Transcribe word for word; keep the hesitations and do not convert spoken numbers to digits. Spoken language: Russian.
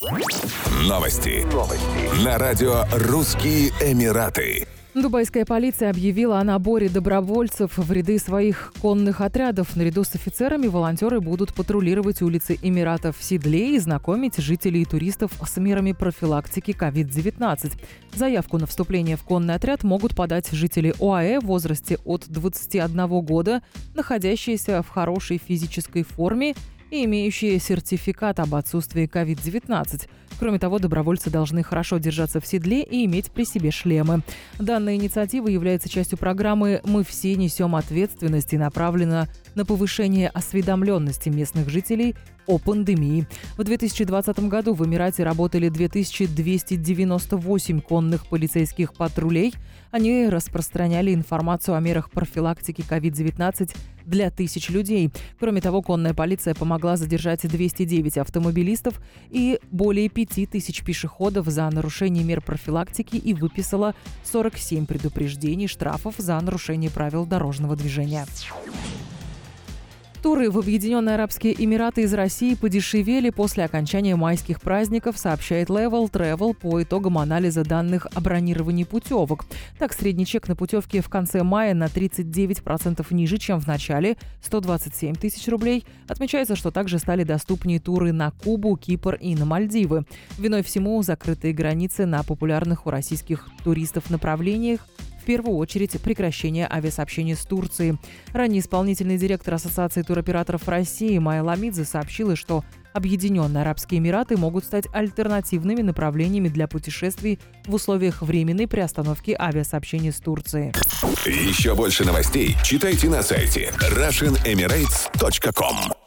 Новости. Новости. На радио «Русские Эмираты». Дубайская полиция объявила о наборе добровольцев в ряды своих конных отрядов. Наряду с офицерами волонтеры будут патрулировать улицы Эмиратов в седле и знакомить жителей и туристов с мерами профилактики ковид девятнадцать. Заявку на вступление в конный отряд могут подать жители ОАЭ в возрасте от двадцати одного года, находящиеся в хорошей физической форме и имеющие сертификат об отсутствии ковид девятнадцать. Кроме того, добровольцы должны хорошо держаться в седле и иметь при себе шлемы. Данная инициатива является частью программы «Мы все несем ответственность» и направлена на повышение осведомленности местных жителей о пандемии. В две тысячи двадцатом году в Эмирате работали две тысячи двести девяносто восемь конных полицейских патрулей. Они распространяли информацию о мерах профилактики ковид девятнадцать для тысяч людей. Кроме того, конная полиция помогла задержать двести девять автомобилистов и более пяти тысяч пешеходов за нарушение мер профилактики и выписала сорок семь предупреждений штрафов за нарушение правил дорожного движения. Туры в Объединенные Арабские Эмираты из России подешевели после окончания майских праздников, сообщает Level Travel по итогам анализа данных о бронировании путевок. Так, средний чек на путевки в конце мая на тридцать девять процентов ниже, чем в начале – сто двадцать семь тысяч рублей. Отмечается, что также стали доступнее туры на Кубу, Кипр и на Мальдивы. Виной всему закрытые границы на популярных у российских туристов направлениях, в первую очередь прекращение авиасообщения с Турцией. Ранее исполнительный директор Ассоциации туроператоров России Майя Ламидзе сообщила, что Объединенные Арабские Эмираты могут стать альтернативными направлениями для путешествий в условиях временной приостановки авиасообщения с Турцией. Еще больше новостей читайте на сайте Russian Emirates точка ком.